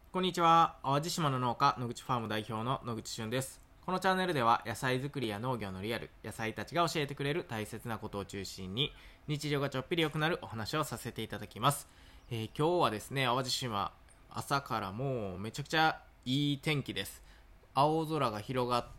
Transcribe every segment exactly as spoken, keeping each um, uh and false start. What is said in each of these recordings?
こんにちは。淡路島の農家野口ファーム代表の野口俊です。このチャンネルでは野菜作りや農業のリアル、野菜たちが教えてくれる大切なことを中心に日常がちょっぴり良くなるお話をさせていただきます。えー今日はですね、淡路島朝からもうめちゃくちゃいい天気です。青空が広がって、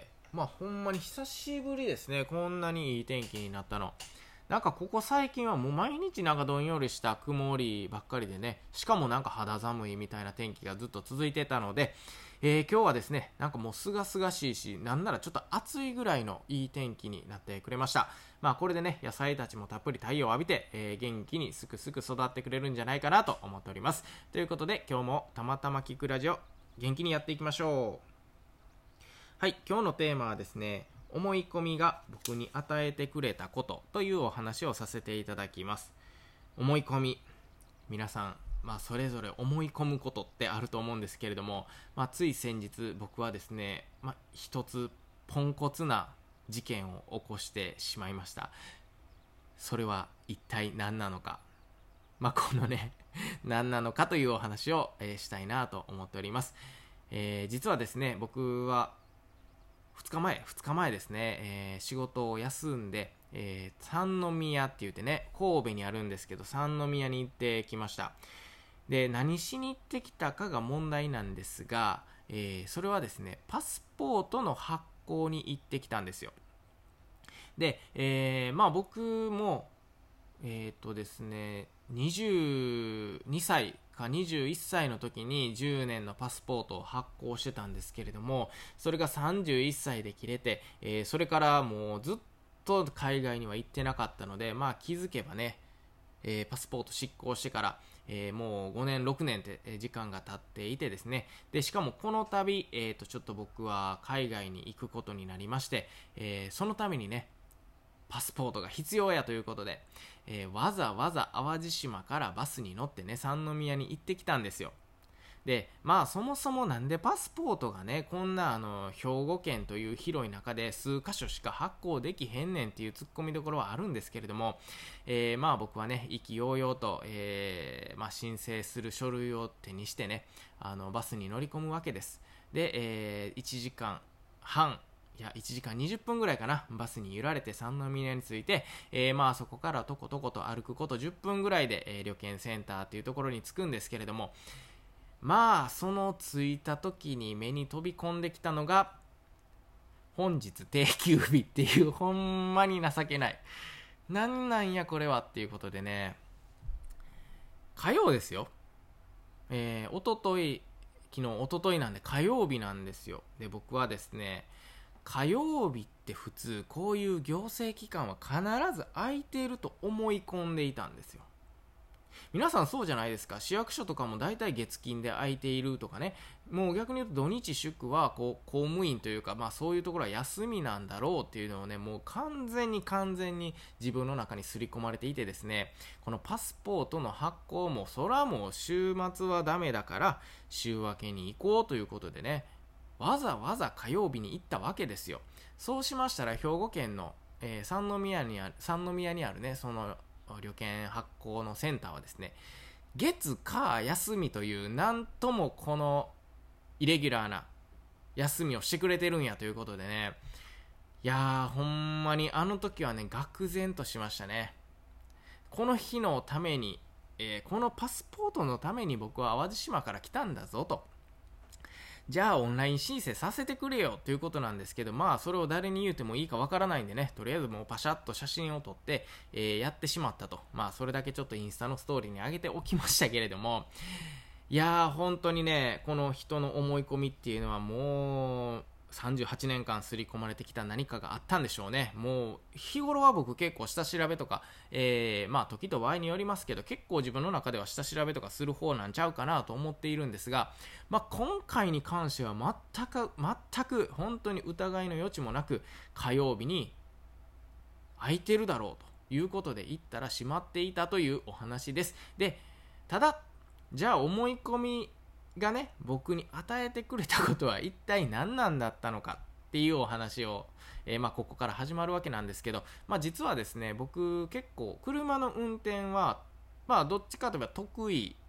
まあほんまに久しぶりですね。こんなにいい天気になったの。なんかここ最近はもう毎日なんかどんよりした曇りばっかりでね、しかもなんか肌寒いみたいな天気がずっと続いてたので、えー今日はですね、なんかもうすがすがしいし、なんならちょっと暑いぐらいのいい天気になってくれました。まあこれでね、野菜たちもたっぷり太陽を浴びて、えー元気にすくすく育ってくれるんじゃないかなと思っております。ということで今日もたまたま聞くラジオ、元気にやっていきましょう。はい、今日のテーマはですね、思い込みが僕に与えてくれたことというお話をさせていただきます。思い込み、皆さん、まあ、それぞれ思い込むことってあると思うんですけれども、まあ、つい先日僕はですね、まあ、一つポンコツな事件を起こしてしまいました。それは一体何なのか、まあ、このね何なのかというお話を、えーしたいなと思っております。えー実はですね、僕はふつかまえ、ふつかまえですね、えー仕事を休んで、えー三宮って言ってね、神戸にあるんですけど、三宮に行ってきました。で、何しに行ってきたかが問題なんですが、えーそれはですね、パスポートの発行に行ってきたんですよ。で、えーまあ僕も、えっ、とですね、にじゅうにさいかにじゅういっさいの時にじゅうねんのパスポートを発行してたんですけれども、それがさんじゅういっさいで切れて、えーそれからもうずっと海外には行ってなかったので、まあ気づけばね、えーパスポート失効してから、えーもうごねんろくねんってえー時間が経っていてですね、でしかもこの度、えーとちょっと僕は海外に行くことになりまして、えーそのためにね、パスポートが必要やということで、えーわざわざ淡路島からバスに乗ってね、三宮に行ってきたんですよ。で、まあそもそもなんでパスポートがね、こんなあの兵庫県という広い中で数箇所しか発行できへんねんっていう突っ込みどころはあるんですけれども、えーまあ僕はね、意気揚々と、えーまあ、申請する書類を手にしてね、あのバスに乗り込むわけです。で、えーいちじかんはん、いやいちじかんにじゅっぷんぐらいかな、バスに揺られて三宮に着いて、えーまあそこからとことこと歩くことじゅっぷんぐらいで、えー旅券センターっていうところに着くんですけれども、まあその着いた時に目に飛び込んできたのが、本日定休日っていう、ほんまに情けない、なんなんやこれはっていうことでね、火曜ですよ。えー、おととい、昨日おとといなんで火曜日なんですよ。で僕はですね、火曜日って普通こういう行政機関は必ず空いていると思い込んでいたんですよ。皆さんそうじゃないですか。市役所とかも大体月金で空いているとかね、もう逆に言うと土日祝はこう公務員というか、まあそういうところは休みなんだろうっていうのをね、もう完全に完全に自分の中に刷り込まれていてですね、このパスポートの発行もそらもう週末はダメだから週明けに行こうということでね、わざわざ火曜日に行ったわけですよ。そうしましたら兵庫県の、えー三宮にある三宮にあるね、その旅券発行のセンターはですね、月火休みというなんともこのイレギュラーな休みをしてくれてるんやということでね、いやーほんまにあの時はね、愕然としましたね。この日のために、えーこのパスポートのために僕は淡路島から来たんだぞと、じゃあオンライン申請させてくれよということなんですけど、まあそれを誰に言うてもいいかわからないんでね、とりあえずもうパシャッと写真を撮って、えーやってしまったと。まあそれだけちょっとインスタのストーリーに上げておきましたけれども、いやー本当にね、この人の思い込みっていうのはもうさんじゅうはちねんかん刷り込まれてきた何かがあったんでしょうね。もう日頃は僕結構下調べとか、えー、まあ時と場合によりますけど、結構自分の中では下調べとかする方なんちゃうかなと思っているんですが、まあ今回に関しては全く全く本当に疑いの余地もなく、火曜日に空いてるだろうということで行ったら閉まっていたというお話です。で、ただじゃあ思い込みがね、僕に与えてくれたことは一体何なんだったのかっていうお話を、えーまあここから始まるわけなんですけど、まあ実はですね、僕結構車の運転はまあどっちかといえば得意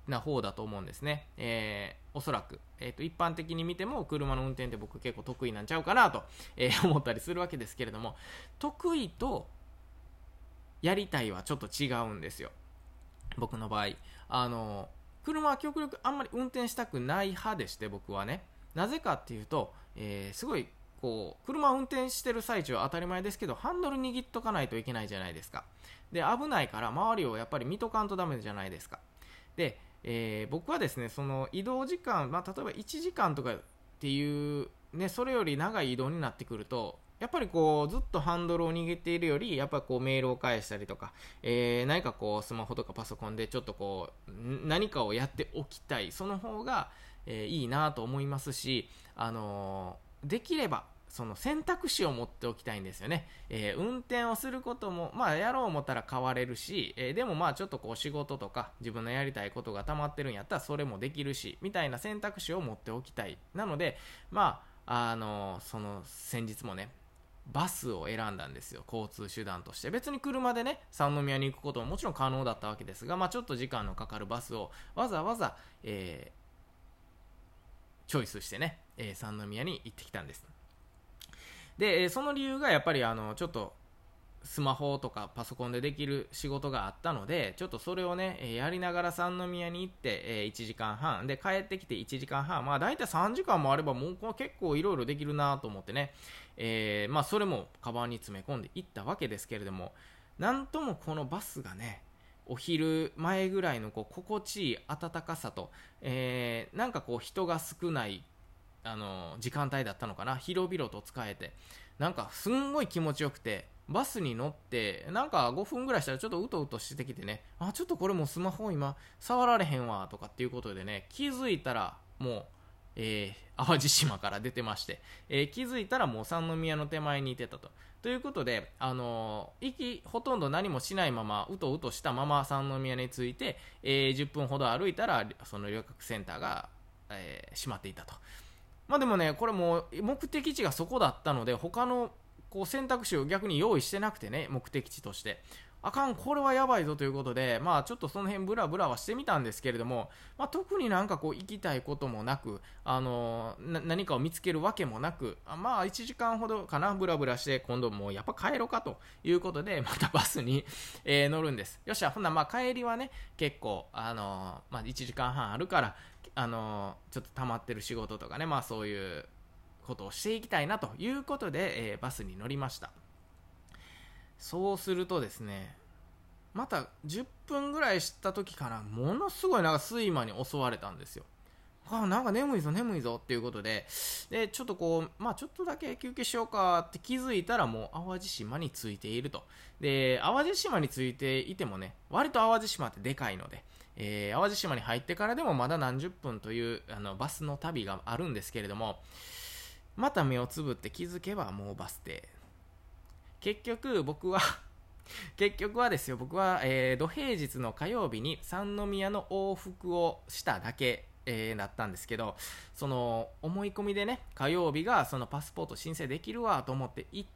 な方だと思うんですね。えー、おそらく、えーと、一般的に見ても車の運転って僕結構得意なんちゃうかなと、えー、思ったりするわけですけれども、得意とやりたいはちょっと違うんですよ。僕の場合、あの車は極力あんまり運転したくない派でして、僕はね、なぜかっていうと、えー、すごいこう車を運転してる最中は当たり前ですけど、ハンドル握っとかないといけないじゃないですか。で、危ないから周りをやっぱり見とかんとダメじゃないですか。で、えー、僕はですね、その移動時間、まあ、例えばいちじかんとかっていう、ね、それより長い移動になってくると、やっぱりこうずっとハンドルを握っているより、やっぱこうメールを返したりとか、えー、何かこうスマホとかパソコンでちょっとこう何かをやっておきたい、その方が、えー、いいなと思いますし、あのー、できればその選択肢を持っておきたいんですよね。えー、運転をすることも、まあ、やろう思ったら変われるし、えー、でもまあちょっとこう仕事とか自分のやりたいことが溜まってるんやったらそれもできるし、みたいな選択肢を持っておきたい。なので、まあ、あのー、その先日もね、バスを選んだんですよ、交通手段として。別に車でね、三宮に行くことももちろん可能だったわけですが、まあ、ちょっと時間のかかるバスをわざわざ、えー、チョイスしてね、えー、三宮に行ってきたんです。で、その理由がやっぱりあのちょっとスマホとかパソコンでできる仕事があったので、ちょっとそれをねやりながら三宮に行っていちじかんはんで帰ってきていちじかんはん、まあ大体さんじかんもあればもう結構いろいろできるなと思ってね、えー、まあそれもカバンに詰め込んでいったわけですけれども、なんともこのバスがね、お昼前ぐらいのこう心地いい暖かさと、えー、なんかこう人が少ないあの時間帯だったのかな、広々と使えて、なんかすんごい気持ちよくて、バスに乗ってなんかごふんぐらいしたらちょっとうとうとしてきてね、あ、ちょっとこれもうスマホ今触られへんわとかっていうことでね、気づいたらもう、えー、淡路島から出てまして、えー、気づいたらもう三宮の手前にいてたと。ということで、あのー、行きほとんど何もしないままうとうとしたまま三宮に着いて、えー、じゅっぷんほど歩いたらその旅客センターが、えー、閉まっていたと。まあでもね、これも目的地がそこだったので、他のこう選択肢を逆に用意してなくてね、目的地として。あかん、これはやばいぞということで、まあちょっとその辺ブラブラはしてみたんですけれども、まあ特になんかこう行きたいこともなく、あのー、な何かを見つけるわけもなく、あまあいちじかんほどかな、ブラブラして、今度もうやっぱ帰ろうかということで、またバスに、えー、乗るんです。よっしゃ、ほんならまあ帰りはね、結構、あのー、まあいちじかんはんあるから、あのちょっと溜まってる仕事とかね、まあそういうことをしていきたいなということで、えー、バスに乗りました。そうするとですね、またじゅっぷんぐらいした時からものすごいなんか睡魔に襲われたんですよ。あ、なんか眠いぞ眠いぞっていうことで、でちょっとこうまあちょっとだけ休憩しようかって気づいたら、もう淡路島に着いていると。で、淡路島に着いていてもね、割と淡路島ってでかいので、えー、淡路島に入ってからでもまだ何十分というあのバスの旅があるんですけれども、また目をつぶって気づけばもうバス停。結局僕は結局はですよ、僕は、えー、土平日の火曜日に三宮の往復をしただけ、えー、だったんですけど、その思い込みでね、火曜日がそのパスポート申請できるわと思って行った、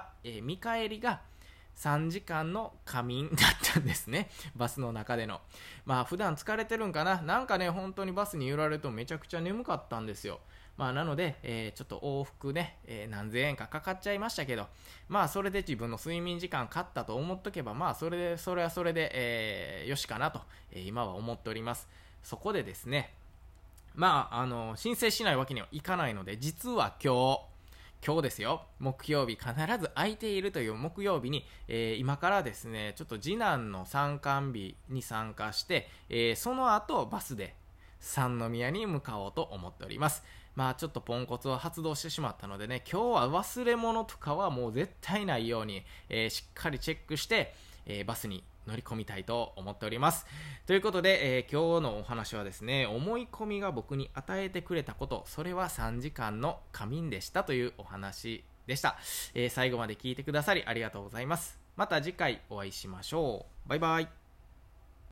えー、見返りがさんじかんの仮眠だったんですね、バスの中での。まあ普段疲れてるんかな、なんかね、本当にバスに揺られるとめちゃくちゃ眠かったんですよ。まあなので、えー、ちょっと往復ね、えー、何千円かかかっちゃいましたけど、まあそれで自分の睡眠時間勝ったと思っとけば、まあそれでそれはそれで、えー、よしかなと、えー、今は思っております。そこでですね、まああの申請しないわけにはいかないので、実は今日今日ですよ、木曜日必ず空いているという木曜日に、えー、今からですね、ちょっと次男の参観日に参加して、えー、その後バスで三宮に向かおうと思っております。まあちょっとポンコツを発動してしまったのでね、今日は忘れ物とかはもう絶対ないように、えー、しっかりチェックして、えー、バスに乗り込みたいと思っております。ということで、えー、今日のお話はですね、思い込みが僕に与えてくれたこと、それはさんじかんの仮眠でしたというお話でした。えー、最後まで聞いてくださりありがとうございます。また次回お会いしましょう。バイバイ。